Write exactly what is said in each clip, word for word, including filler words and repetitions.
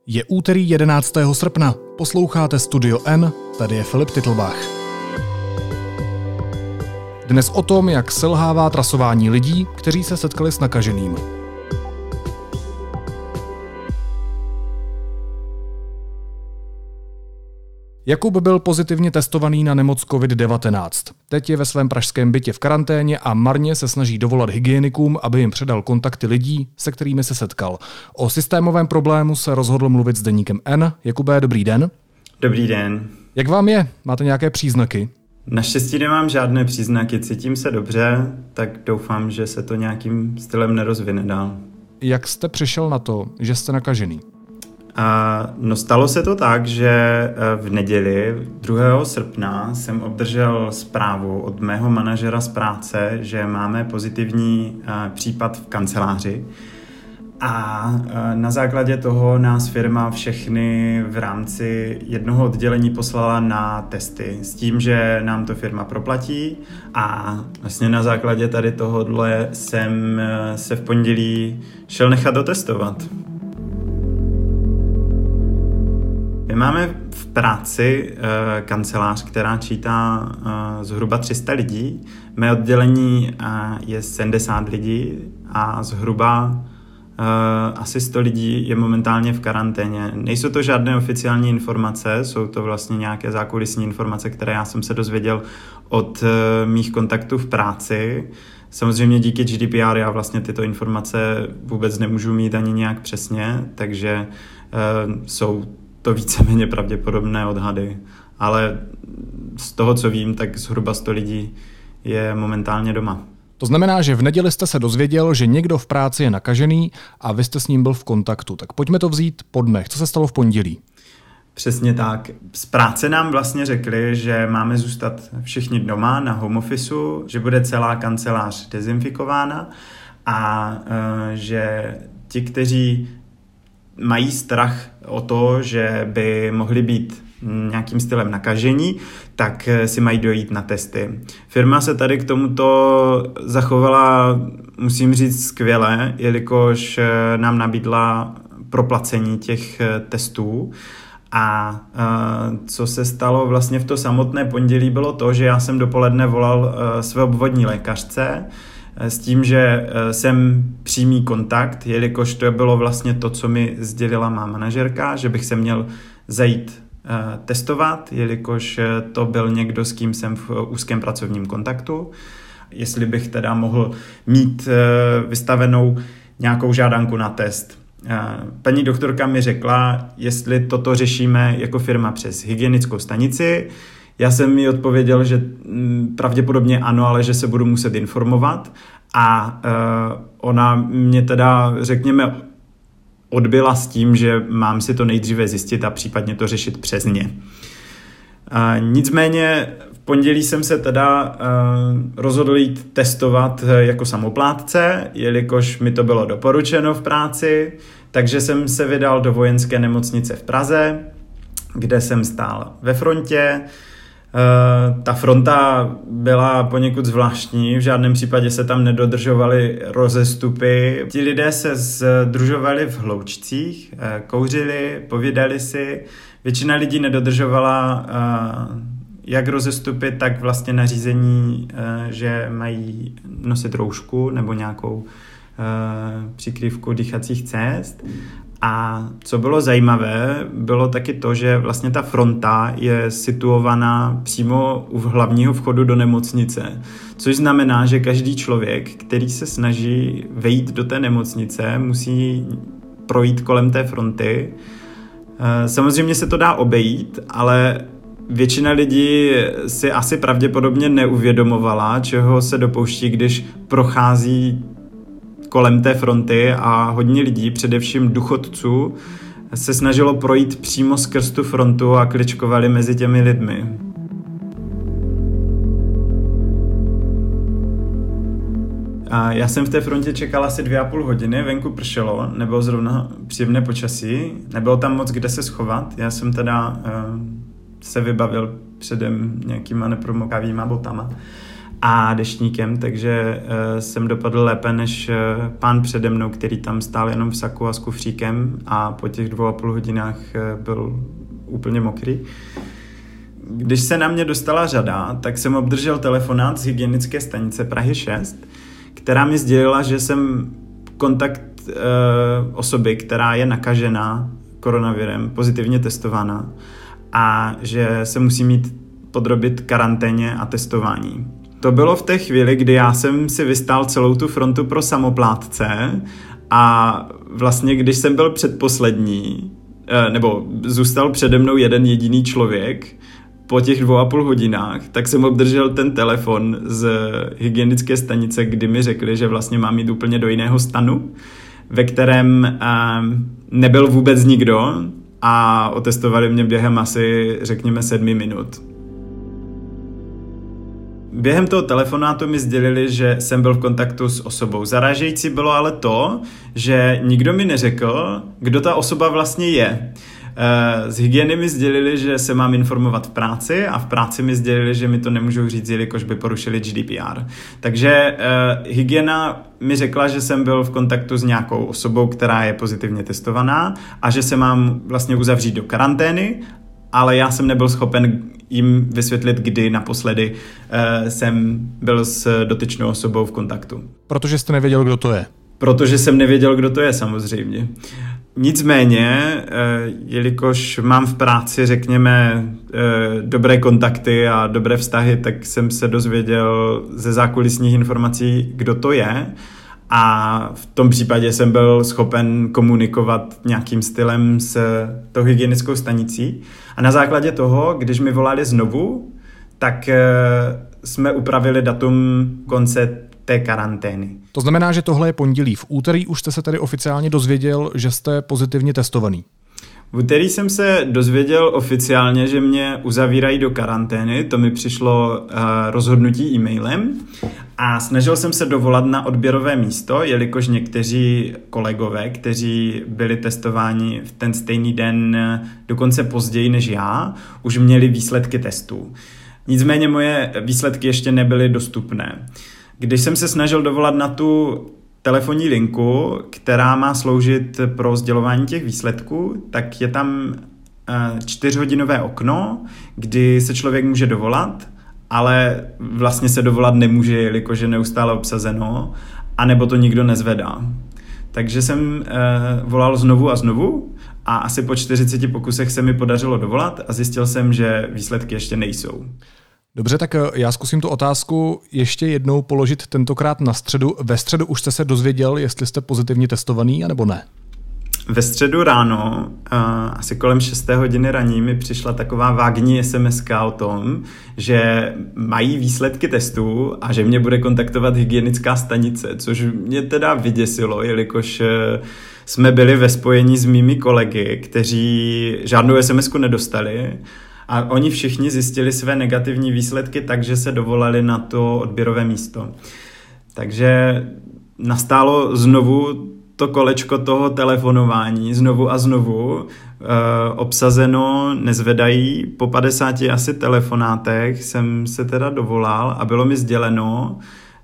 Je úterý jedenáctého srpna, posloucháte Studio N, tady je Filip Titlbach. Dnes o tom, jak selhává trasování lidí, kteří se setkali s nakaženým. Jakub byl pozitivně testovaný na nemoc covid devatenáct. Teď je ve svém pražském bytě v karanténě a marně se snaží dovolat hygienikům, aby jim předal kontakty lidí, se kterými se setkal. O systémovém problému se rozhodl mluvit s deníkem N. Jakube, dobrý den. Dobrý den. Jak vám je? Máte nějaké příznaky? Naštěstí nemám žádné příznaky, cítím se dobře, tak doufám, že se to nějakým stylem nerozvine dál. Jak jste přišel na to, že jste nakažený? A no stalo se to tak, že v neděli druhého srpna jsem obdržel zprávu od mého manažera z práce, že máme pozitivní případ v kanceláři a na základě toho nás firma všechny v rámci jednoho oddělení poslala na testy s tím, že nám to firma proplatí a vlastně na základě tady tohohle jsem se v pondělí šel nechat dotestovat. My máme v práci e, kancelář, která čítá e, zhruba tři sta lidí. Mé oddělení e, je sedmdesát lidí a zhruba e, asi sto lidí je momentálně v karanténě. Nejsou to žádné oficiální informace, jsou to vlastně nějaké zákulisní informace, které já jsem se dozvěděl od e, mých kontaktů v práci. Samozřejmě díky G D P R já vlastně tyto informace vůbec nemůžu mít ani nějak přesně, takže e, jsou to víceméně pravděpodobné odhady, ale z toho, co vím, tak zhruba sto lidí je momentálně doma. To znamená, že v neděli jste se dozvěděl, že někdo v práci je nakažený a vy jste s ním byl v kontaktu. Tak pojďme to vzít po dnech. Co se stalo v pondělí? Přesně tak. Z práce nám vlastně řekli, že máme zůstat všichni doma na home officeu, že bude celá kancelář dezinfikována a e, že ti, kteří mají strach o to, že by mohli být nějakým stylem nakažení, tak si mají dojít na testy. Firma se tady k tomuto zachovala, musím říct, skvěle, jelikož nám nabídla proplacení těch testů. A co se stalo vlastně v to samotné pondělí, bylo to, že já jsem dopoledne volal své obvodní lékařce, s tím, že jsem přímý kontakt, jelikož to bylo vlastně to, co mi sdělila má manažerka, že bych se měl zajít testovat, jelikož to byl někdo, s kým jsem v úzkém pracovním kontaktu. Jestli bych teda mohl mít vystavenou nějakou žádanku na test. Paní doktorka mi řekla, jestli toto řešíme jako firma přes hygienickou stanici. Já jsem mi odpověděl, že pravděpodobně ano, ale že se budu muset informovat a uh, ona mě teda, řekněme, odbyla s tím, že mám si to nejdříve zjistit a případně to řešit přes ně. Uh, nicméně v pondělí jsem se teda uh, rozhodl jít testovat jako samoplátce, jelikož mi to bylo doporučeno v práci, takže jsem se vydal do vojenské nemocnice v Praze, kde jsem stál ve frontě. Uh, ta fronta byla poněkud zvláštní, v žádném případě se tam nedodržovaly rozestupy. Ti lidé se sdružovali v hloučcích, uh, kouřili, povídali si. Většina lidí nedodržovala uh, jak rozestupy, tak vlastně nařízení, uh, že mají nosit roušku nebo nějakou uh, přikrývku dýchacích cest. A co bylo zajímavé, bylo taky to, že vlastně ta fronta je situovaná přímo u hlavního vchodu do nemocnice, což znamená, že každý člověk, který se snaží vejít do té nemocnice, musí projít kolem té fronty. Samozřejmě se to dá obejít, ale většina lidí si asi pravděpodobně neuvědomovala, čeho se dopouští, když prochází kolem té fronty a hodně lidí, především důchodců, se snažilo projít přímo skrz tu frontu a kličkovali mezi těmi lidmi. A já jsem v té frontě čekal asi dvě a půl hodiny, venku pršelo, nebylo zrovna příjemné počasí, nebylo tam moc kde se schovat, já jsem teda uh, se vybavil předem nějakýma nepromokavýma botama. a deštníkem, takže uh, jsem dopadl lépe než uh, pán přede mnou, který tam stál jenom v saku a s kufříkem a po těch dvou a půl hodinách uh, byl úplně mokrý. Když se na mě dostala řada, tak jsem obdržel telefonát z hygienické stanice Prahy šest, která mi sdělila, že jsem kontakt uh, osoby, která je nakažená koronavirem, pozitivně testovaná a že se musí mít podrobit karanténě a testování. To bylo v té chvíli, kdy já jsem si vystál celou tu frontu pro samoplátce a vlastně když jsem byl předposlední, nebo zůstal přede mnou jeden jediný člověk po těch dvou a půl hodinách, tak jsem obdržel ten telefon z hygienické stanice, kdy mi řekli, že vlastně mám jít úplně do jiného stanu, ve kterém nebyl vůbec nikdo a otestovali mě během asi, řekněme, sedmi minut. Během toho telefonátu mi sdělili, že jsem byl v kontaktu s osobou. Zarážející bylo ale to, že nikdo mi neřekl, kdo ta osoba vlastně je. Z hygieny mi sdělili, že se mám informovat v práci a v práci mi sdělili, že mi to nemůžou říct, jelikož by porušili G D P R. Takže uh, hygiena mi řekla, že jsem byl v kontaktu s nějakou osobou, která je pozitivně testovaná a že se mám vlastně uzavřít do karantény, ale já jsem nebyl schopen jim vysvětlit, kdy naposledy uh, jsem byl s dotyčnou osobou v kontaktu. Protože jste nevěděl, kdo to je. Protože jsem nevěděl, kdo to je, samozřejmě. Nicméně, jelikož mám v práci, řekněme, dobré kontakty a dobré vztahy, tak jsem se dozvěděl ze zákulisních informací, kdo to je a v tom případě jsem byl schopen komunikovat nějakým stylem s tou hygienickou stanicí a na základě toho, když mi volali znovu, tak jsme upravili datum konce té karantény. To znamená, že tohle je pondělí. V úterý už jste se tedy oficiálně dozvěděl, že jste pozitivně testovaný. V úterý jsem se dozvěděl oficiálně, že mě uzavírají do karantény. To mi přišlo uh, rozhodnutí e-mailem a snažil jsem se dovolat na odběrové místo, jelikož někteří kolegové, kteří byli testováni v ten stejný den dokonce později než já, už měli výsledky testů. Nicméně moje výsledky ještě nebyly dostupné. Když jsem se snažil dovolat na tu telefonní linku, která má sloužit pro sdělování těch výsledků, tak je tam čtyřhodinové okno, kdy se člověk může dovolat, ale vlastně se dovolat nemůže, jelikož je neustále obsazeno, anebo to nikdo nezvedá. Takže jsem volal znovu a znovu a asi po čtyřiceti pokusech se mi podařilo dovolat a zjistil jsem, že výsledky ještě nejsou. Dobře, tak já zkusím tu otázku ještě jednou položit tentokrát na středu. Ve středu už jste se dozvěděl, jestli jste pozitivně testovaný, anebo ne? Ve středu ráno, uh, asi kolem šesté hodiny raní, mi přišla taková vágní es em eska o tom, že mají výsledky testů a že mě bude kontaktovat hygienická stanice, což mě teda vyděsilo, jelikož uh, jsme byli ve spojení s mými kolegy, kteří žádnou es em esku nedostali. A oni všichni zjistili své negativní výsledky, takže se dovolali na to odběrové místo. Takže nastálo znovu to kolečko toho telefonování, znovu a znovu, e, obsazeno, nezvedají. Po padesáti asi telefonátech jsem se teda dovolal a bylo mi sděleno,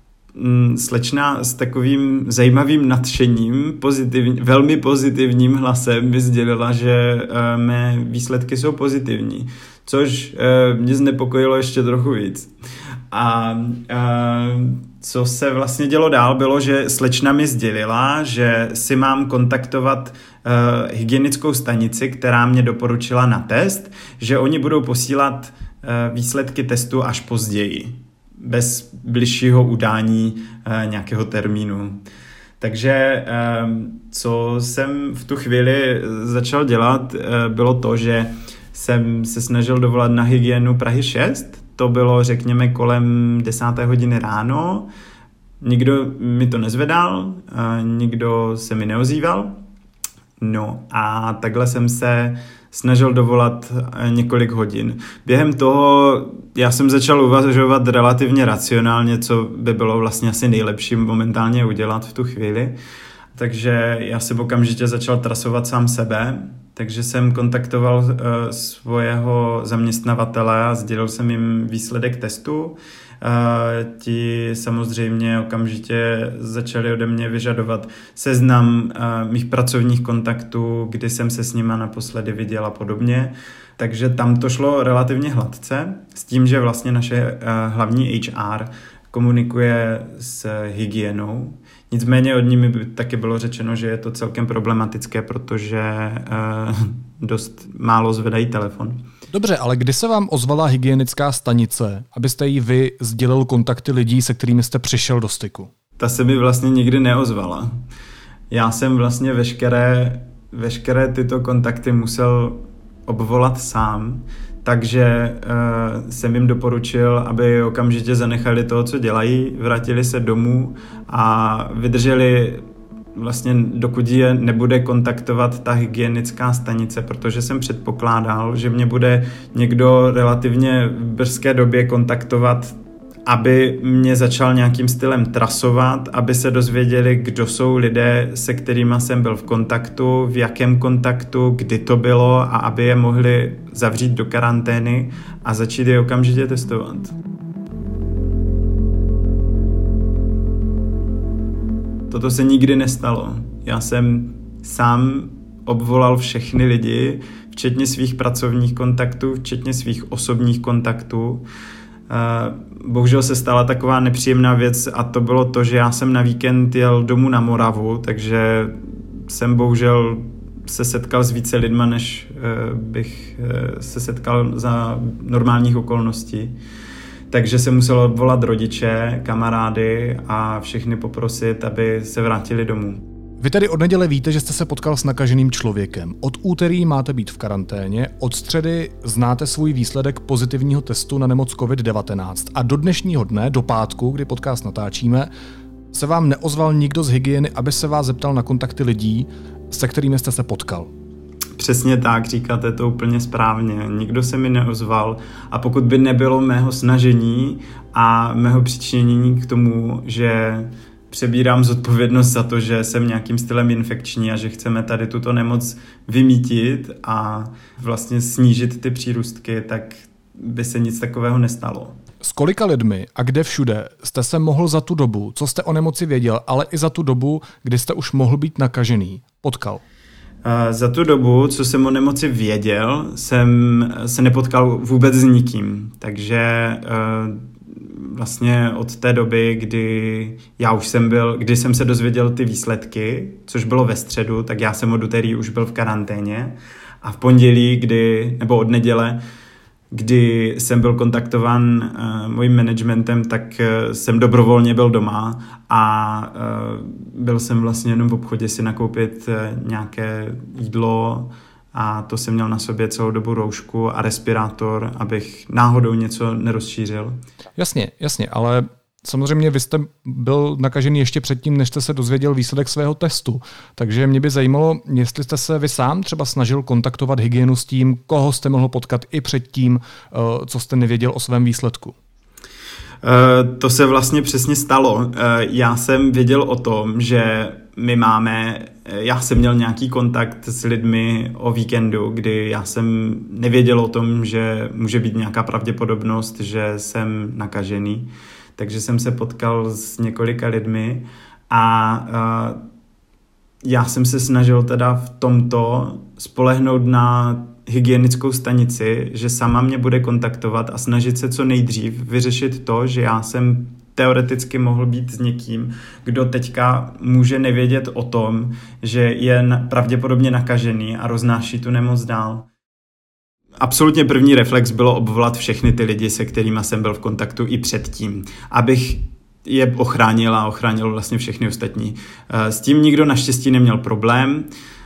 m, slečna s takovým zajímavým nadšením, pozitivní, velmi pozitivním hlasem mi sdělila, že e, mé výsledky jsou pozitivní, což e, mě znepokojilo ještě trochu víc. A e, co se vlastně dělo dál, bylo, že slečna mi sdělila, že si mám kontaktovat e, hygienickou stanici, která mě doporučila na test, že oni budou posílat e, výsledky testu až později, bez bližšího udání e, nějakého termínu. Takže e, co jsem v tu chvíli začal dělat, e, bylo to, že jsem se snažil dovolat na hygienu Prahy šest, to bylo, řekněme, kolem desáté hodiny ráno. Nikdo mi to nezvedal, nikdo se mi neozýval. No a takhle jsem se snažil dovolat několik hodin. Během toho já jsem začal uvažovat relativně racionálně, co by bylo vlastně asi nejlepší momentálně udělat v tu chvíli. Takže já jsem okamžitě začal trasovat sám sebe, takže jsem kontaktoval uh, svého zaměstnavatele a sdělil jsem jim výsledek testu. ti samozřejmě okamžitě začali ode mě vyžadovat seznam mých pracovních kontaktů, kdy jsem se s nima naposledy viděl a podobně. Takže tam to šlo relativně hladce, s tím, že vlastně naše hlavní H R komunikuje s hygienou. Nicméně od nimi by taky bylo řečeno, že je to celkem problematické, protože dost málo zvedají telefon. Dobře, ale kdy se vám ozvala hygienická stanice, abyste jí vy sdělil kontakty lidí, se kterými jste přišel do styku? Ta se mi vlastně nikdy neozvala. Já jsem vlastně veškeré, veškeré tyto kontakty musel obvolat sám, takže uh, jsem jim doporučil, aby okamžitě zanechali toho, co dělají, vrátili se domů a vydrželi vlastně, dokud je nebude kontaktovat ta hygienická stanice, protože jsem předpokládal, že mě bude někdo relativně v brzké době kontaktovat, aby mě začal nějakým stylem trasovat, aby se dozvěděli, kdo jsou lidé, se kterými jsem byl v kontaktu, v jakém kontaktu, kdy to bylo a aby je mohli zavřít do karantény a začít je okamžitě testovat. Toto se nikdy nestalo. Já jsem sám obvolal všechny lidi, včetně svých pracovních kontaktů, včetně svých osobních kontaktů. Bohužel se stala taková nepříjemná věc a to bylo to, že já jsem na víkend jel domů na Moravu, takže jsem bohužel se setkal s více lidma, než bych se setkal za normálních okolností. Takže jsem musel odvolat rodiče, kamarády a všechny poprosit, aby se vrátili domů. Vy tedy od neděle víte, že jste se potkal s nakaženým člověkem. Od úterý máte být v karanténě, od středy znáte svůj výsledek pozitivního testu na nemoc covid devatenáct a do dnešního dne, do pátku, kdy podcast natáčíme, se vám neozval nikdo z hygieny, aby se vás zeptal na kontakty lidí, se kterými jste se potkal. Přesně tak, říkáte to úplně správně. Nikdo se mi neozval a pokud by nebylo mého snažení a mého přičinění k tomu, že přebírám zodpovědnost za to, že jsem nějakým stylem infekční a že chceme tady tuto nemoc vymítit a vlastně snížit ty přírůstky, tak by se nic takového nestalo. S kolika lidmi a kde všude jste se mohl za tu dobu, co jste o nemoci věděl, ale i za tu dobu, kdy jste už mohl být nakažený, potkal? Za tu dobu, co jsem o nemoci věděl, jsem se nepotkal vůbec s nikým, takže vlastně od té doby, kdy já už jsem byl, kdy jsem se dozvěděl ty výsledky, což bylo ve středu, tak já jsem od úterý už byl v karanténě a v pondělí, kdy, nebo od neděle, kdy jsem byl kontaktován uh, mojím managementem, tak uh, jsem dobrovolně byl doma a uh, byl jsem vlastně jenom v obchodě si nakoupit uh, nějaké jídlo a to jsem měl na sobě celou dobu roušku a respirátor, abych náhodou něco nerozšířil. Jasně, jasně, ale samozřejmě vy jste byl nakažený ještě předtím, než jste se dozvěděl výsledek svého testu. Takže mě by zajímalo, jestli jste se vy sám třeba snažil kontaktovat hygienu s tím, koho jste mohl potkat i předtím, co jste nevěděl o svém výsledku. To se vlastně přesně stalo. Já jsem věděl o tom, že my máme, já jsem měl nějaký kontakt s lidmi o víkendu, kdy já jsem nevěděl o tom, že může být nějaká pravděpodobnost, že jsem nakažený. Takže jsem se potkal s několika lidmi a uh, já jsem se snažil teda v tomto spolehnout na hygienickou stanici, že sama mě bude kontaktovat a snažit se co nejdřív vyřešit to, že já jsem teoreticky mohl být s někým, kdo teďka může nevědět o tom, že je pravděpodobně nakažený a roznáší tu nemoc dál. Absolutně první reflex bylo obvolat všechny ty lidi, se kterými jsem byl v kontaktu i předtím, abych je ochránil a ochránil vlastně všechny ostatní. S tím nikdo naštěstí neměl problém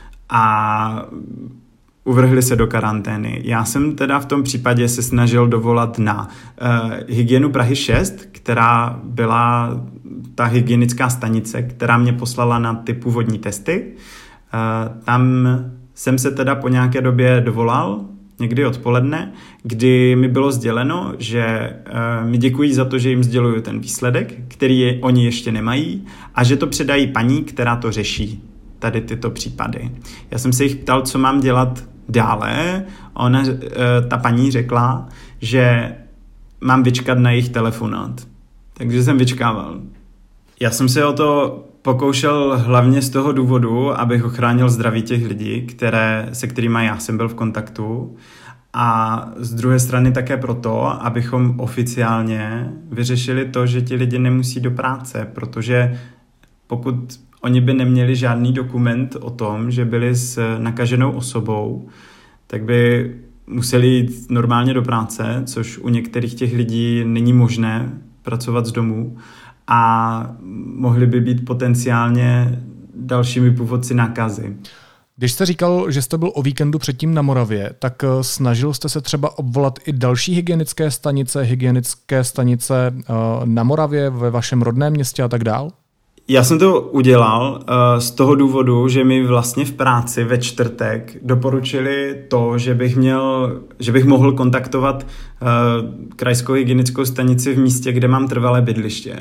a uvrhli se do karantény. Já jsem teda v tom případě se snažil dovolat na uh, hygienu Prahy šest, která byla ta hygienická stanice, která mě poslala na ty původní testy. Uh, tam jsem se teda po nějaké době dovolal, někdy odpoledne, kdy mi bylo sděleno, že uh, mi děkují za to, že jim sděluju ten výsledek, který je, oni ještě nemají a že to předají paní, která to řeší, tady tyto případy. Já jsem se jich ptal, co mám dělat dále. Ona, uh, ta paní řekla, že mám vyčkat na jejich telefonát. Takže jsem vyčkával. Já jsem se o to pokoušel hlavně z toho důvodu, abych ochránil zdraví těch lidí, které, se kterými já jsem byl v kontaktu. A z druhé strany také proto, abychom oficiálně vyřešili to, že ti lidi nemusí do práce, protože pokud oni by neměli žádný dokument o tom, že byli s nakaženou osobou, tak by museli jít normálně do práce, což u některých těch lidí není možné pracovat z domu a mohli by být potenciálně dalšími původci nákazy. Když jste říkal, že jste byl o víkendu předtím na Moravě, tak snažil jste se třeba obvolat i další hygienické stanice, hygienické stanice na Moravě, ve vašem rodném městě a tak dál? Já jsem to udělal uh, z toho důvodu, že mi vlastně v práci ve čtvrtek doporučili to, že bych měl, že bych mohl kontaktovat uh, krajskou hygienickou stanici v místě, kde mám trvalé bydliště.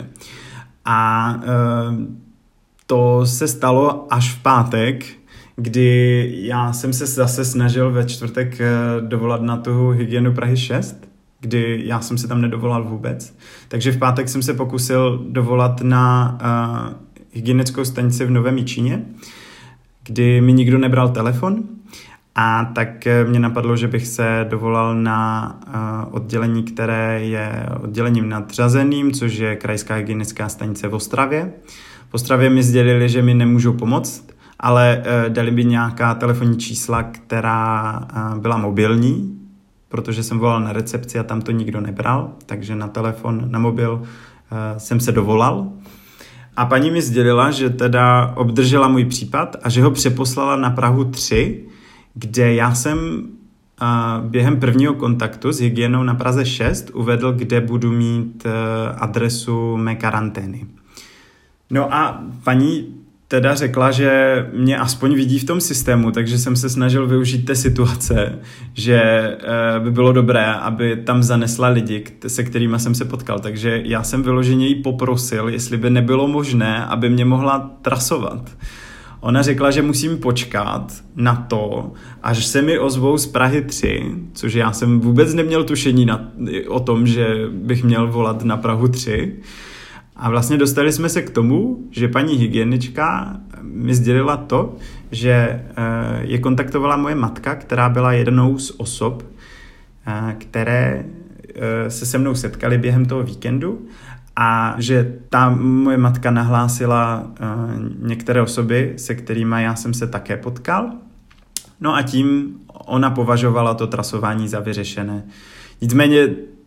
A uh, to se stalo až v pátek, kdy já jsem se zase snažil ve čtvrtek uh, dovolat na tu hygienu Prahy šest, kdy já jsem se tam nedovolal vůbec. Takže v pátek jsem se pokusil dovolat na uh, hygienickou stanici v Novém Jičíně, kdy mi nikdo nebral telefon a tak mě napadlo, že bych se dovolal na uh, oddělení, které je oddělením nadřazeným, což je krajská hygienická stanice v Ostravě. V Ostravě mi sdělili, že mi nemůžou pomoct, ale uh, dali by nějaká telefonní čísla, která uh, byla mobilní, protože jsem volal na recepci a tam to nikdo nebral, takže na telefon, na mobil uh, jsem se dovolal. A paní mi sdělila, že teda obdržela můj případ a že ho přeposlala na Prahu tři, kde já jsem uh, během prvního kontaktu s hygienou na Praze šest uvedl, kde budu mít uh, adresu mé karantény. No a paní teda řekla, že mě aspoň vidí v tom systému, takže jsem se snažil využít té situace, že by bylo dobré, aby tam zanesla lidi, se kterými jsem se potkal. Takže já jsem vyloženě jí poprosil, jestli by nebylo možné, aby mě mohla trasovat. Ona řekla, že musím počkat na to, až se mi ozvou z Prahy tři, což já jsem vůbec neměl tušení na, o tom, že bych měl volat na Prahu tři. A vlastně dostali jsme se k tomu, že paní hygienička mi sdělila to, že je kontaktovala moje matka, která byla jednou z osob, které se se mnou setkali během toho víkendu a že ta moje matka nahlásila některé osoby, se kterými já jsem se také potkal. No a tím ona považovala to trasování za vyřešené. Nicméně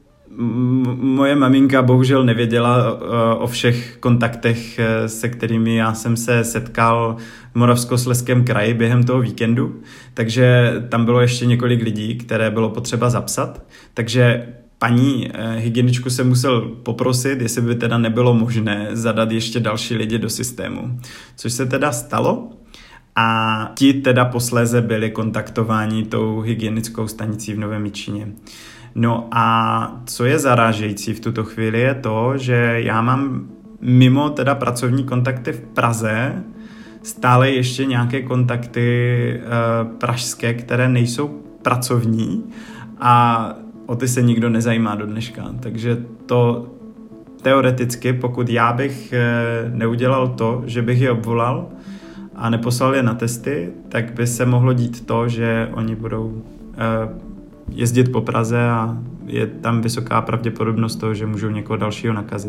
moje maminka bohužel nevěděla o všech kontaktech, se kterými já jsem se setkal v Moravskoslezském kraji během toho víkendu, takže tam bylo ještě několik lidí, které bylo potřeba zapsat, takže paní hygieničku se musel poprosit, jestli by teda nebylo možné zadat ještě další lidi do systému, což se teda stalo. A ti teda posléze byli kontaktováni tou hygienickou stanicí v Novém Jičíně. No a co je zarážející v tuto chvíli je to, že já mám mimo teda pracovní kontakty v Praze stále ještě nějaké kontakty e, pražské, které nejsou pracovní a o ty se nikdo nezajímá do dneška. Takže to teoreticky, pokud já bych e, neudělal to, že bych je obvolal a neposlal je na testy, tak by se mohlo dít to, že oni budou e, jezdit po Praze a je tam vysoká pravděpodobnost toho, že můžou někoho dalšího nakazit.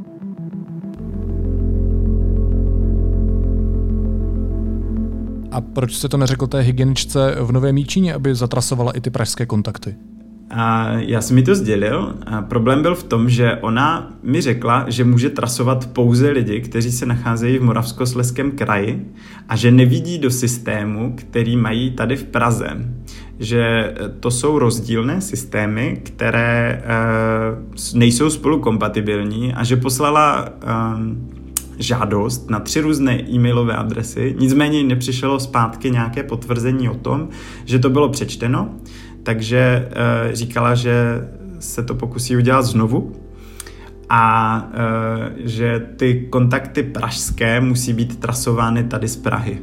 A proč jste to neřekl té hygieničce v Novém Jičíně, aby zatrasovala i ty pražské kontakty? A já jsem mi to sdělil. A problém byl v tom, že ona mi řekla, že může trasovat pouze lidi, kteří se nacházejí v Moravskoslezském kraji a že nevidí do systému, který mají tady v Praze. Že to jsou rozdílné systémy, které uh, nejsou spolu kompatibilní a že poslala um, žádost na tři různé e-mailové adresy, nicméně nepřišlo zpátky nějaké potvrzení o tom, že to bylo přečteno, takže uh, říkala, že se to pokusí udělat znovu a uh, že ty kontakty pražské musí být trasovány tady z Prahy.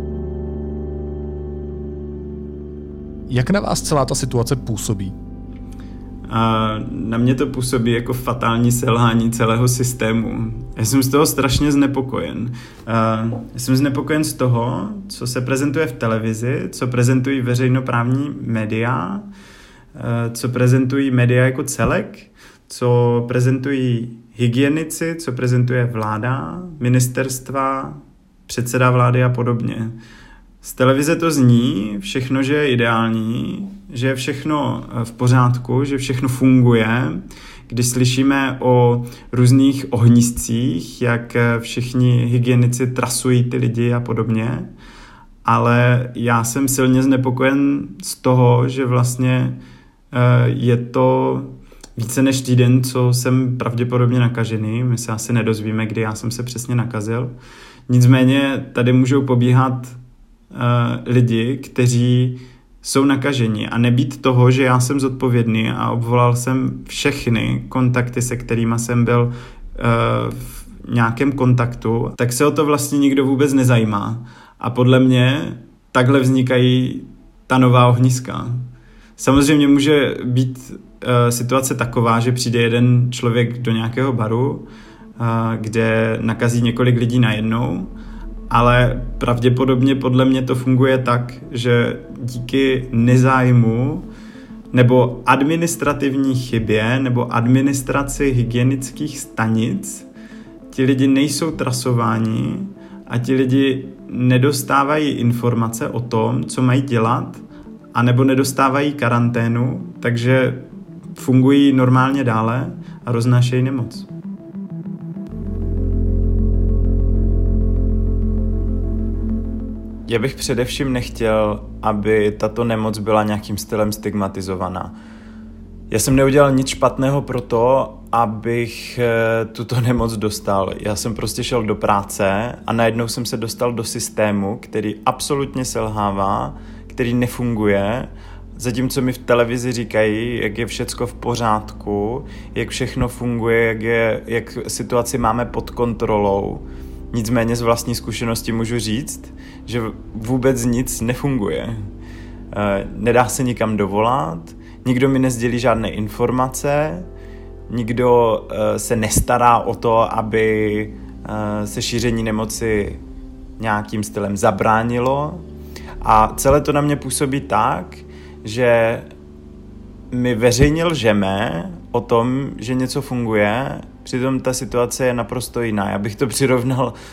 Jak na vás celá ta situace působí? A na mě to působí jako fatální selhání celého systému. Já jsem z toho strašně znepokojen. A já jsem znepokojen z toho, co se prezentuje v televizi, co prezentují veřejnoprávní média, co prezentují média jako celek, co prezentují hygienici, co prezentuje vláda, ministerstva, předseda vlády a podobně. Z televize to zní všechno, že je ideální, že je všechno v pořádku, že všechno funguje. Když slyšíme o různých ohniscích, jak všichni hygienici trasují ty lidi a podobně, ale já jsem silně znepokojen z toho, že vlastně je to více než týden, co jsem pravděpodobně nakažený. My se asi nedozvíme, kdy já jsem se přesně nakazil. Nicméně tady můžou pobíhat uh, lidi, kteří jsou nakaženi a nebýt toho, že já jsem zodpovědný a obvolal jsem všechny kontakty, se kterými jsem byl uh, v nějakém kontaktu, tak se o to vlastně nikdo vůbec nezajímá. A podle mě takhle vznikají ta nová ohniska. Samozřejmě může být uh, situace taková, že přijde jeden člověk do nějakého baru, uh, kde nakazí několik lidí najednou, ale pravděpodobně podle mě to funguje tak, že díky nezájmu nebo administrativní chybě nebo administraci hygienických stanic ti lidi nejsou trasováni a ti lidi nedostávají informace o tom, co mají dělat, a nebo nedostávají karanténu, takže fungují normálně dále a roznášejí nemoc. Já bych především nechtěl, aby tato nemoc byla nějakým stylem stigmatizovaná. Já jsem neudělal nic špatného pro to, abych tuto nemoc dostal. Já jsem prostě šel do práce a najednou jsem se dostal do systému, který absolutně selhává, který nefunguje, zatímco mi v televizi říkají, jak je všecko v pořádku, jak všechno funguje, jak, je, jak situaci máme pod kontrolou. Nicméně z vlastní zkušenosti můžu říct, že vůbec nic nefunguje. Nedá se nikam dovolat, nikdo mi nesdělí žádné informace, nikdo se nestará o to, aby se šíření nemoci nějakým stylem zabránilo. A celé to na mě působí tak, že my veřejně lžeme o tom, že něco funguje, přitom ta situace je naprosto jiná. Já bych to přirovnal uh,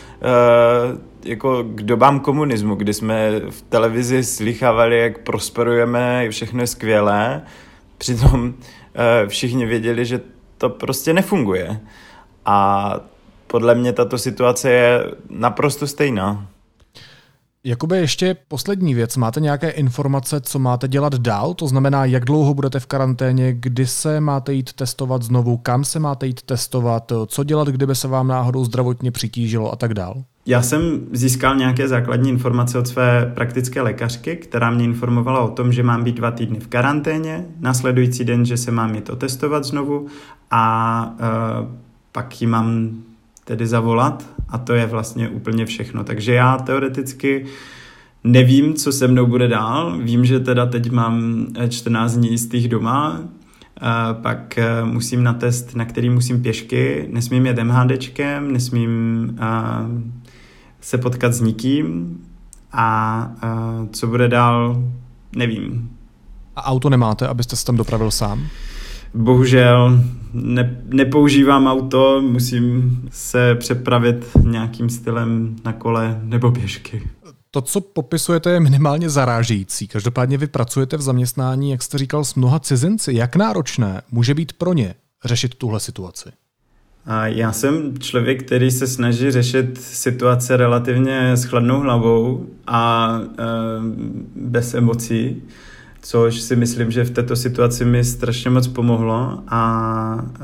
jako k dobám komunismu, kdy jsme v televizi slychávali, jak prosperujeme, všechno je skvělé, přitom uh, všichni věděli, že to prostě nefunguje. A podle mě tato situace je naprosto stejná. Jakube, ještě poslední věc. Máte nějaké informace, co máte dělat dál? To znamená, jak dlouho budete v karanténě, kdy se máte jít testovat znovu, kam se máte jít testovat, co dělat, kdyby se vám náhodou zdravotně přitížilo a tak dál? Já jsem získal nějaké základní informace od své praktické lékařky, která mě informovala o tom, že mám být dva týdny v karanténě, následující den, že se mám jít otestovat znovu a uh, pak ji mám tedy zavolat a to je vlastně úplně všechno. Takže já teoreticky nevím, co se mnou bude dál. Vím, že teda teď mám čtrnáct dní jistých doma, pak musím na test, na který musím pěšky, nesmím jet MHDčkem, nesmím se potkat s nikým a co bude dál, nevím. A auto nemáte, abyste se tam dopravil sám? Bohužel ne, nepoužívám auto, musím se přepravit nějakým stylem na kole nebo pěšky. To, co popisujete, je minimálně zarážející. Každopádně vy pracujete v zaměstnání, jak jste říkal, s mnoha cizinci. Jak náročné může být pro ně řešit tuhle situaci? A já jsem člověk, který se snaží řešit situace relativně s chladnou hlavou a e, bez emocí, což si myslím, že v této situaci mi strašně moc pomohlo a e,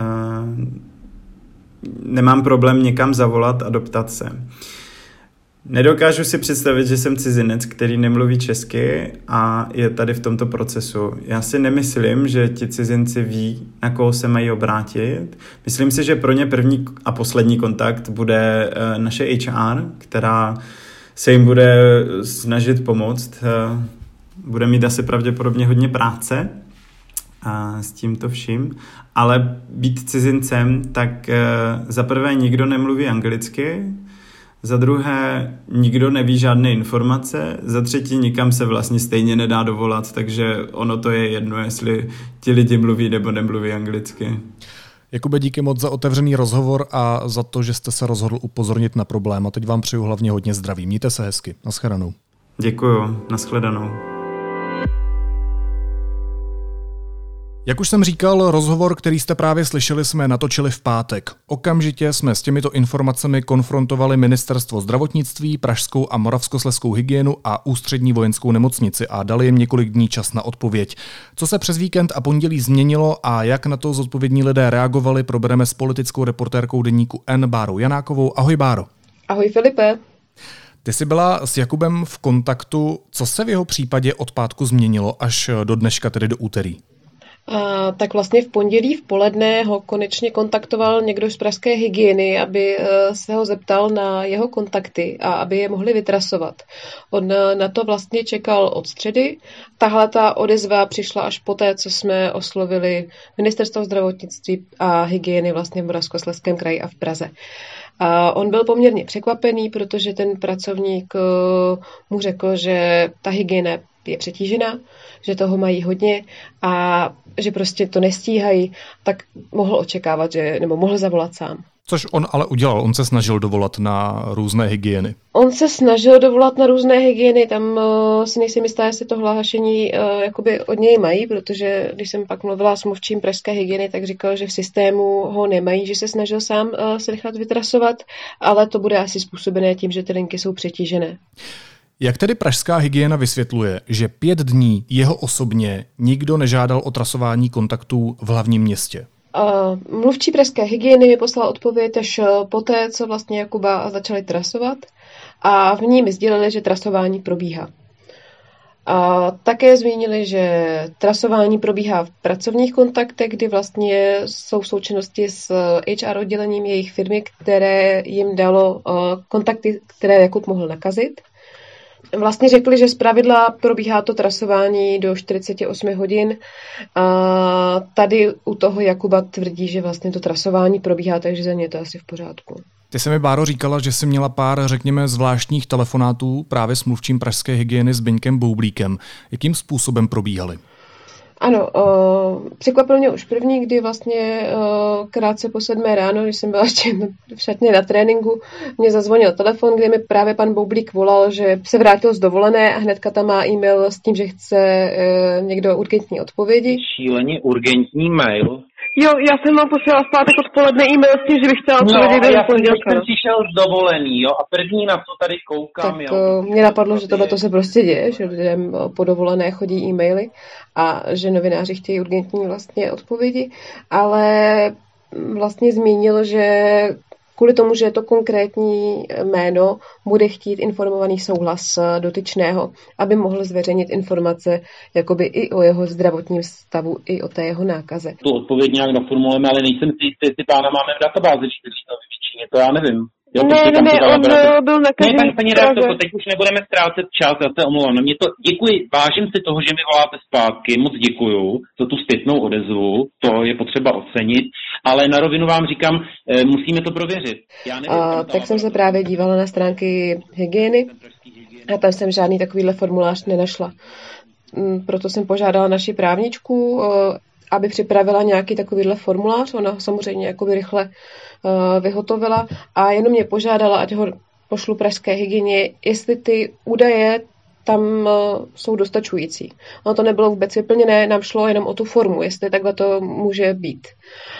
nemám problém někam zavolat a doptat se. Nedokážu si představit, že jsem cizinec, který nemluví česky a je tady v tomto procesu. Já si nemyslím, že ti cizinci ví, na koho se mají obrátit. Myslím si, že pro ně první a poslední kontakt bude e, naše H R, která se jim bude snažit pomoct. E, bude mít asi pravděpodobně hodně práce, a s tímto vším, ale být cizincem, tak za prvé nikdo nemluví anglicky, za druhé nikdo neví žádné informace, za třetí nikam se vlastně stejně nedá dovolat, takže ono to je jedno, jestli ti lidi mluví nebo nemluví anglicky. Jakube, díky moc za otevřený rozhovor a za to, že jste se rozhodl upozornit na problém. A teď vám přeju hlavně hodně zdraví. Mějte se hezky. Naschledanou. Děkuju. Naschledanou. Jak už jsem říkal, rozhovor, který jste právě slyšeli, jsme natočili v pátek. Okamžitě jsme s těmito informacemi konfrontovali Ministerstvo zdravotnictví, Pražskou a Moravskoslezskou hygienu a Ústřední vojenskou nemocnici a dali jim několik dní čas na odpověď. Co se přes víkend a pondělí změnilo a jak na to zodpovědní lidé reagovali, probereme s politickou reportérkou deníku N Bárou Janákovou. Ahoj, Báro. Ahoj, Filipe. Ty jsi byla s Jakubem v kontaktu. Co se v jeho případě od pátku změnilo až do dneška, tedy do úterý? A, tak vlastně v pondělí v poledne ho konečně kontaktoval někdo z pražské hygieny, aby se ho zeptal na jeho kontakty a aby je mohli vytrasovat. On na to vlastně čekal od středy. Tahle ta odezva přišla až poté, co jsme oslovili Ministerstvo zdravotnictví a hygieny vlastně v Moravskoslezském kraji a v Praze. A on byl poměrně překvapený, protože ten pracovník mu řekl, že ta hygiena je přetížena, že toho mají hodně a že prostě to nestíhají, tak mohl očekávat, že, nebo mohl zavolat sám. Což on ale udělal, on se snažil dovolat na různé hygieny. On se snažil dovolat na různé hygieny, tam uh, si nejsem jistá, jestli to hlášení uh, jakoby od něj mají, protože když jsem pak mluvila s mluvčím pražské hygieny, tak říkal, že v systému ho nemají, že se snažil sám uh, se nechat vytrasovat, ale to bude asi způsobené tím, že ty linky jsou přetížené. Jak tedy pražská hygiena vysvětluje, že pět dní jeho osobně nikdo nežádal o trasování kontaktů v hlavním městě? Uh, mluvčí pražské hygieny mi poslal odpověď až poté, co vlastně Jakuba začali trasovat a v ní mi sdělili, že trasování probíhá. A také zmínili, že trasování probíhá v pracovních kontaktech, kdy vlastně jsou v součinnosti s H R oddělením jejich firmy, které jim dalo uh, kontakty, které Jakub mohl nakazit. Vlastně řekli, že zpravidla probíhá to trasování do čtyřicet osm hodin a tady u toho Jakuba tvrdí, že vlastně to trasování probíhá, takže za ně je to asi v pořádku. Ty se mi, Báro, říkala, že jsi měla pár, řekněme, zvláštních telefonátů právě s mluvčím pražské hygieny s Zbyňkem Boublíkem. Jakým způsobem probíhaly? Ano, uh, překvapil mě už první, kdy vlastně uh, krátce po sedmé ráno, když jsem byla ještě v šatně na tréninku, mě zazvonil telefon, kde mi právě pan Boublík volal, že se vrátil z dovolené a hnedka tam má e-mail s tím, že chce uh, někdo urgentní odpovědi. Šíleně urgentní mail. Jo, já jsem vám posílala v pátek odpoledne e-mail s tím, že bych chtěla odpovědět no, do pondělka. No, já jsem přišel z dovolený, jo, a první na co tady koukám, tak, jo. Mě napadlo, že tohle to se prostě děje, že lidem po dovolené chodí e-maily a že novináři chtějí urgentní vlastně odpovědi, ale vlastně zmínil, že kvůli tomu, že to konkrétní jméno bude chtít informovaný souhlas dotyčného, aby mohl zveřejnit informace jakoby i o jeho zdravotním stavu, i o té jeho nákaze. Tu odpověď nějak naformulujeme, ale nejsem si jistý, ty pána máme v databázi, kteří to vyčíně, to já nevím. Jo, ne, ne, ne, on byl, byl nakažený. Ne, paní, paní redaktorko, teď už nebudeme ztrácet čas, já se omlouvám. No, mě to, děkuji, vážím si toho, že mi voláte zpátky, moc děkuju za tu zpětnou odezvu, to je potřeba ocenit, ale na rovinu vám říkám, e, musíme to prověřit. Já nevím, a, tak jsem se právě dívala na stránky hygieny a tam jsem žádný takovýhle formulář nenašla. Proto jsem požádala naši právničku, aby připravila nějaký takovýhle formulář. Ona ho samozřejmě jakoby rychle uh, vyhotovila a jenom mě požádala, ať ho pošlu pražské hygieně, jestli ty údaje tam uh, jsou dostačující. Ono to nebylo vůbec vyplněné, nám šlo jenom o tu formu, jestli takhle to může být.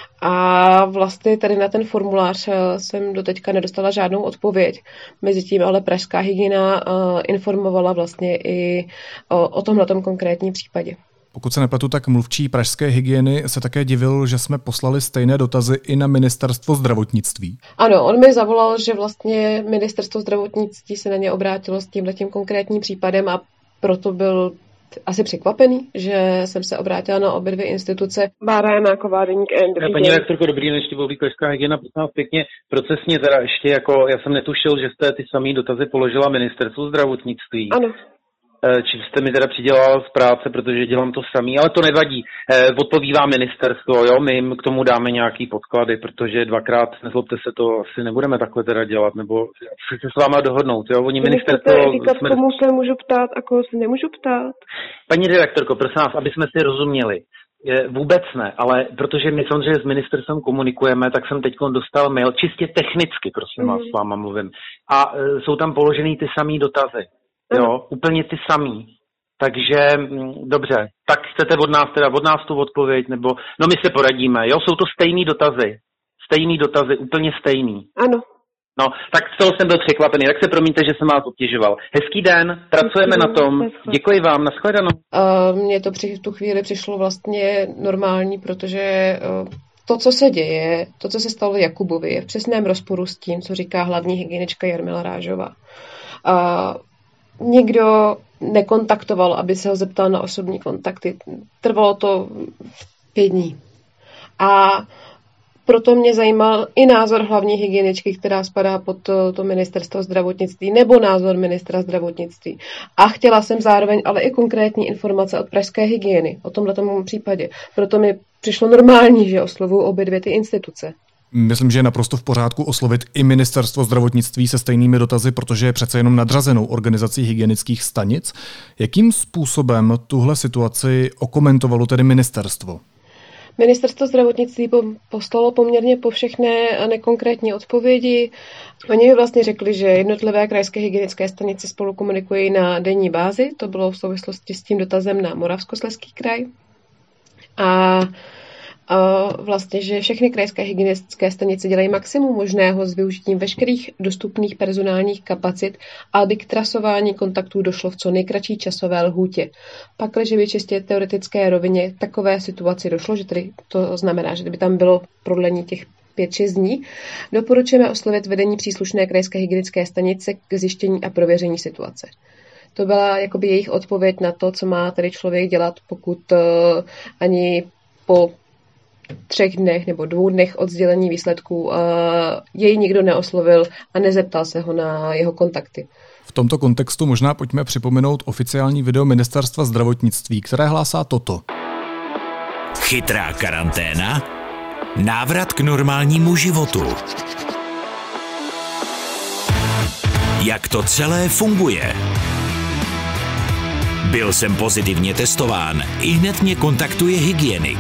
A vlastně tady na ten formulář uh, jsem doteďka nedostala žádnou odpověď. Mezitím ale pražská hygiena uh, informovala vlastně i uh, o tomhletom konkrétním případě. Pokud se nepletu, tak mluvčí pražské hygieny se také divil, že jsme poslali stejné dotazy i na Ministerstvo zdravotnictví. Ano, on mi zavolal, že vlastně Ministerstvo zdravotnictví se na ně obrátilo s tímhletím konkrétním případem a proto byl asi překvapený, že jsem se obrátila na obě dvě instituce. Bára Janáková, deník N. Paní redaktorko, dobrý den, ještě Boublík, pražská hygiena, prosím vás pěkně, procesně teda ještě jako, já jsem netušil, že jste ty samý dotazy položila Ministerstvu zdravotnictví. Ano. či jste mi teda přidělal z práce, protože dělám to samý, ale to nevadí. Odpoví vám ministerstvo, jo, my jim k tomu dáme nějaký podklady, protože dvakrát, nezlobte se, to asi nebudeme takhle teda dělat, nebo chci se s váma dohodnout, jo, oni ministerstvo... Říkat, jsme... komu se můžu ptát a koho se nemůžu ptát? Paní redaktorko, prosím vás, aby jsme si rozuměli. Vůbec ne, ale protože my samozřejmě s ministerstvem komunikujeme, tak jsem teď dostal mail, čistě technicky, prosím mm. vás, s váma mluvím. A jsou tam položený ty samý dotazy. Jo, mm. úplně ty samý. Takže dobře, tak chcete od nás teda od nás tu odpověď, nebo no my se poradíme, jo, jsou to stejný dotazy. Stejný dotazy, úplně stejný. Ano. No, tak z toho jsem byl překvapený, tak se promiňte, že jsem vás obtěžoval. Hezký den, pracujeme Děkuji, na tom, děkuji vám, nashledanou. Uh, mně to při tu chvíli přišlo vlastně normální, protože uh, to, co se děje, to, co se stalo Jakubovi, je v přesném rozporu s tím, co říká hlavní hygienička Jarmila Rážová. Uh, nikdo nekontaktoval, aby se ho zeptal na osobní kontakty. Trvalo to pět dní. A proto mě zajímal i názor hlavní hygieničky, která spadá pod to, to ministerstvo zdravotnictví, nebo názor ministra zdravotnictví. A chtěla jsem zároveň ale i konkrétní informace od pražské hygieny o tomto případě. Proto mi přišlo normální, že oslovuju obě dvě ty instituce. Myslím, že je naprosto v pořádku oslovit i ministerstvo zdravotnictví se stejnými dotazy, protože je přece jenom nadřazenou organizací hygienických stanic. Jakým způsobem tuhle situaci okomentovalo tedy ministerstvo? Ministerstvo zdravotnictví poslalo poměrně povšechné a nekonkrétní odpovědi. Oni mi vlastně řekli, že jednotlivé krajské hygienické stanice spolu komunikují na denní bázi. To bylo v souvislosti s tím dotazem na Moravskoslezský kraj. A vlastně, že všechny krajské hygienické stanice dělají maximum možného s využitím veškerých dostupných personálních kapacit, aby k trasování kontaktů došlo v co nejkratší časové lhůtě. Pakliže by čistě teoretické rovině takové situaci došlo, že tedy to znamená, že by tam bylo prodlení těch pět šest dní, doporučujeme oslovit vedení příslušné krajské hygienické stanice k zjištění a prověření situace. To byla jakoby jejich odpověď na to, co má tady člověk dělat, pokud uh, ani po třech dnech nebo dvou dnech od sdělení výsledků uh, jej nikdo neoslovil a nezeptal se ho na jeho kontakty. V tomto kontextu možná pojďme připomenout oficiální video Ministerstva zdravotnictví, které hlásá toto. Chytrá karanténa, návrat k normálnímu životu. Jak to celé funguje? Byl jsem pozitivně testován, ihned mě kontaktuje hygienik.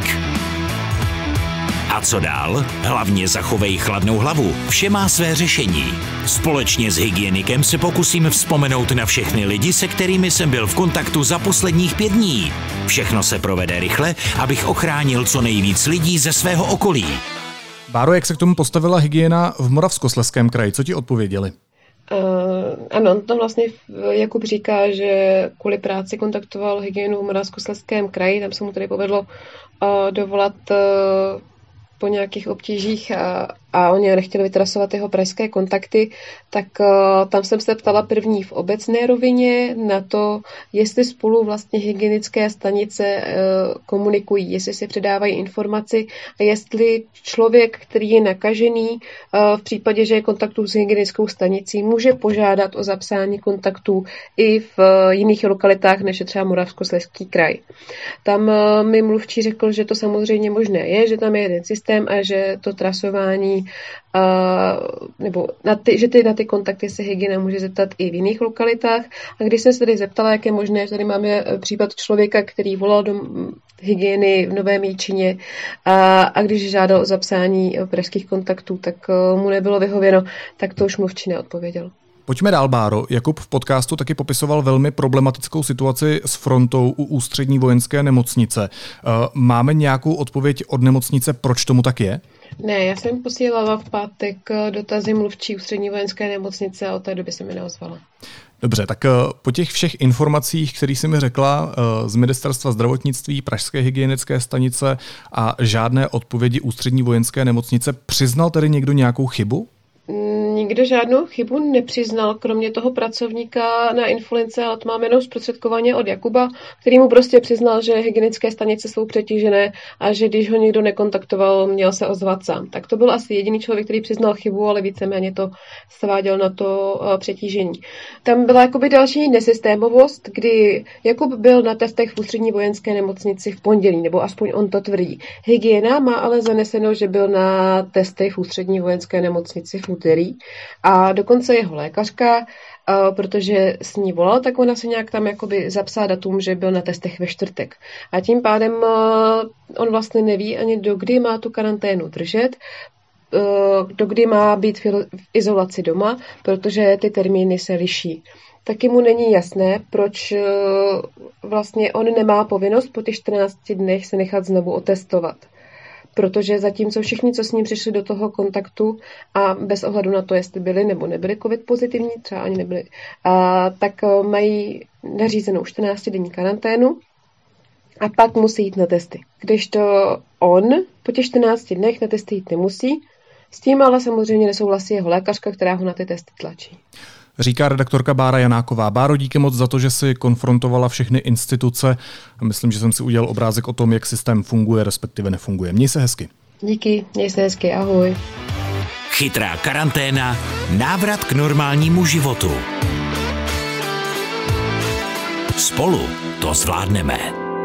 A co dál? Hlavně zachovej chladnou hlavu, vše má své řešení. Společně s hygienikem se pokusím vzpomenout na všechny lidi, se kterými jsem byl v kontaktu za posledních pět dní. Všechno se provede rychle, abych ochránil co nejvíc lidí ze svého okolí. Báro, jak se k tomu postavila hygiena v Moravskoslezském kraji? Co ti odpověděli? Uh, ano, to vlastně Jakub říká, že kvůli práci kontaktoval hygienu v Moravskoslezském kraji, tam se mu tedy povedlo uh, dovolat uh, po nějakých obtížích a, a oni nechtěli vytrasovat jeho pražské kontakty, tak uh, tam jsem se ptala první v obecné rovině na to, jestli spolu vlastně hygienické stanice uh, komunikují, jestli si předávají informaci a jestli člověk, který je nakažený, uh, v případě, že je kontaktu s hygienickou stanicí, může požádat o zapsání kontaktů i v uh, jiných lokalitách, než je třeba Moravskoslezský kraj. Tam uh, mi mluvčí řekl, že to samozřejmě možné je, že tam je jeden systém a že to trasování Uh, nebo na ty, že ty, na ty kontakty se hygiena může zeptat i v jiných lokalitách. A když jsem se tady zeptala, jak je možné, že tady máme případ člověka, který volal do hygieny v Novém Jičíně a, a když žádal o zapsání pražských kontaktů, tak uh, mu nebylo vyhověno, tak to už mluvčí neodpověděl. Pojďme dál, Báro. Jakub v podcastu taky popisoval velmi problematickou situaci s frontou u Ústřední vojenské nemocnice. Máme nějakou odpověď od nemocnice, proč tomu tak je? Ne, já jsem posílala v pátek dotazy mluvčí Ústřední vojenské nemocnice a od té doby se mi neozvala. Dobře, tak po těch všech informacích, které jsi mi řekla z Ministerstva zdravotnictví, Pražské hygienické stanice a žádné odpovědi Ústřední vojenské nemocnice, přiznal tedy někdo nějakou chybu? nikdo žádnou chybu nepřiznal, kromě toho pracovníka na Influence, ale to máme jenom zprostředkovaně od Jakuba, který mu prostě přiznal, že hygienické stanice jsou přetížené a že když ho nikdo nekontaktoval, měl se ozvat sám. Tak to byl asi jediný člověk, který přiznal chybu, ale víceméně to sváděl na to přetížení. Tam byla jakoby další nesystémovost, kdy Jakub byl na testech v Ústřední vojenské nemocnici v pondělí, nebo aspoň on to tvrdí. Hygiena má ale zaneseno, že byl na testech v Ústřední vojenské nemocnici v úterý a dokonce jeho lékařka, protože s ní volal, tak ona se nějak tam jakoby zapsala datum, že byl na testech ve čtvrtek. A tím pádem on vlastně neví ani dokdy má tu karanténu držet, dokdy má být v izolaci doma, protože ty termíny se liší. Taky mu není jasné, proč vlastně on nemá povinnost po těch čtrnácti dnech se nechat znovu otestovat. Protože zatímco všichni, co s ním přišli do toho kontaktu a bez ohledu na to, jestli byli nebo nebyli covid pozitivní, třeba ani nebyli, a, tak mají nařízenou čtrnáctidenní karanténu a pak musí jít na testy. Kdežto on po těch čtrnácti dnech na testy jít nemusí, s tím ale samozřejmě nesouhlasí jeho lékařka, která ho na ty testy tlačí. Říká redaktorka Bára Janáková. Báro, díky moc za to, že si konfrontovala všechny instituce. Myslím, že jsem si udělal obrázek o tom, jak systém funguje, respektive nefunguje. Měj se hezky. Díky, měj se hezky, ahoj. Chytrá karanténa, návrat k normálnímu životu. Spolu to zvládneme.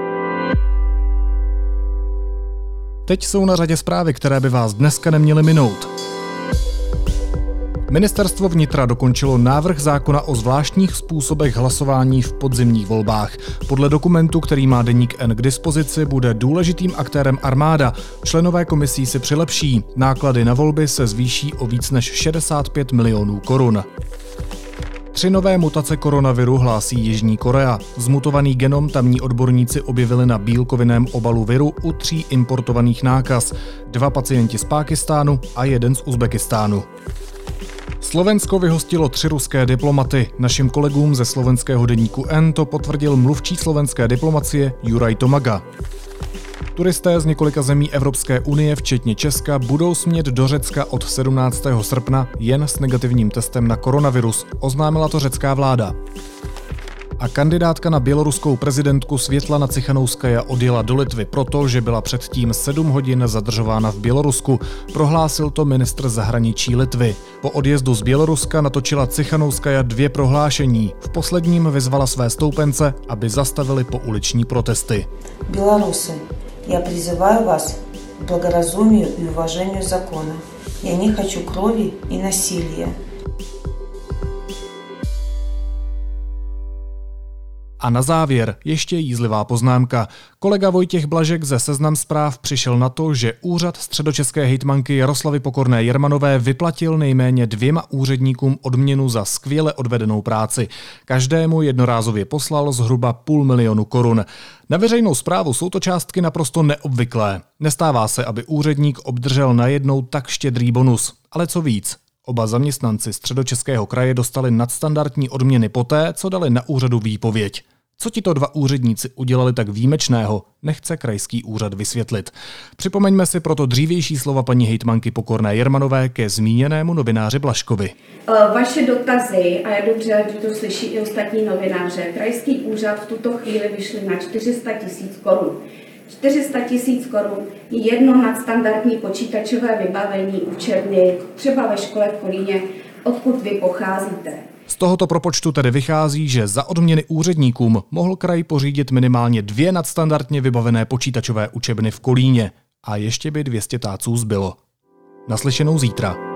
Teď jsou na řadě zprávy, které by vás dneska neměly minout. Ministerstvo vnitra dokončilo návrh zákona o zvláštních způsobech hlasování v podzimních volbách. Podle dokumentu, který má deník N k dispozici, bude důležitým aktérem armáda. Členové komisí si přilepší. Náklady na volby se zvýší o víc než šedesát pět milionů korun. Tři nové mutace koronaviru hlásí Jižní Korea. Zmutovaný genom tamní odborníci objevili na bílkovinném obalu viru u tří importovaných nákaz. Dva pacienti z Pákistánu a jeden z Uzbekistánu. Slovensko vyhostilo tři ruské diplomaty. Našim kolegům ze slovenského deníku N to potvrdil mluvčí slovenské diplomacie Juraj Tomaga. Turisté z několika zemí Evropské unie, včetně Česka, budou smět do Řecka od sedmnáctého srpna jen s negativním testem na koronavirus, oznámila to řecká vláda. A kandidátka na běloruskou prezidentku Světlana Cichanouskaja odjela do Litvy proto, že byla předtím sedm hodin zadržována v Bělorusku, prohlásil to ministr zahraničí Litvy. Po odjezdu z Běloruska natočila Cichanouskaja dvě prohlášení. V posledním vyzvala své stoupence, aby zastavili pouliční protesty. Bělorusy, já přizývám vás k благоразумию и уважению закона. Я не хочу крови и насилия. A na závěr ještě jízlivá poznámka. Kolega Vojtěch Blažek ze Seznam Zpráv přišel na to, že úřad středočeské hejtmanky Jaroslavy Pokorné Jermanové vyplatil nejméně dvěma úředníkům odměnu za skvěle odvedenou práci. Každému jednorázově poslal zhruba půl milionu korun. Na veřejnou správu jsou to částky naprosto neobvyklé. Nestává se, aby úředník obdržel najednou tak štědrý bonus. Ale co víc? Oba zaměstnanci Středočeského kraje dostali nadstandardní odměny poté, co dali na úřadu výpověď. Co tito dva úředníci udělali tak výjimečného, nechce krajský úřad vysvětlit. Připomeňme si proto dřívější slova paní hejtmanky Pokorné Jermanové ke zmíněnému novináři Blažkovi. Vaše dotazy, a je dobře, že to slyší i ostatní novináře, krajský úřad v tuto chvíli vyšly na čtyři sta tisíc korun. čtyři sta tisíc korun je jedno nadstandardní počítačové vybavení učebny, třeba ve škole v Kolíně, odkud vy pocházíte. Z tohoto propočtu tedy vychází, že za odměny úředníkům mohl kraj pořídit minimálně dvě nadstandardně vybavené počítačové učebny v Kolíně. A ještě by dvě stě táců zbylo. Naslyšenou zítra.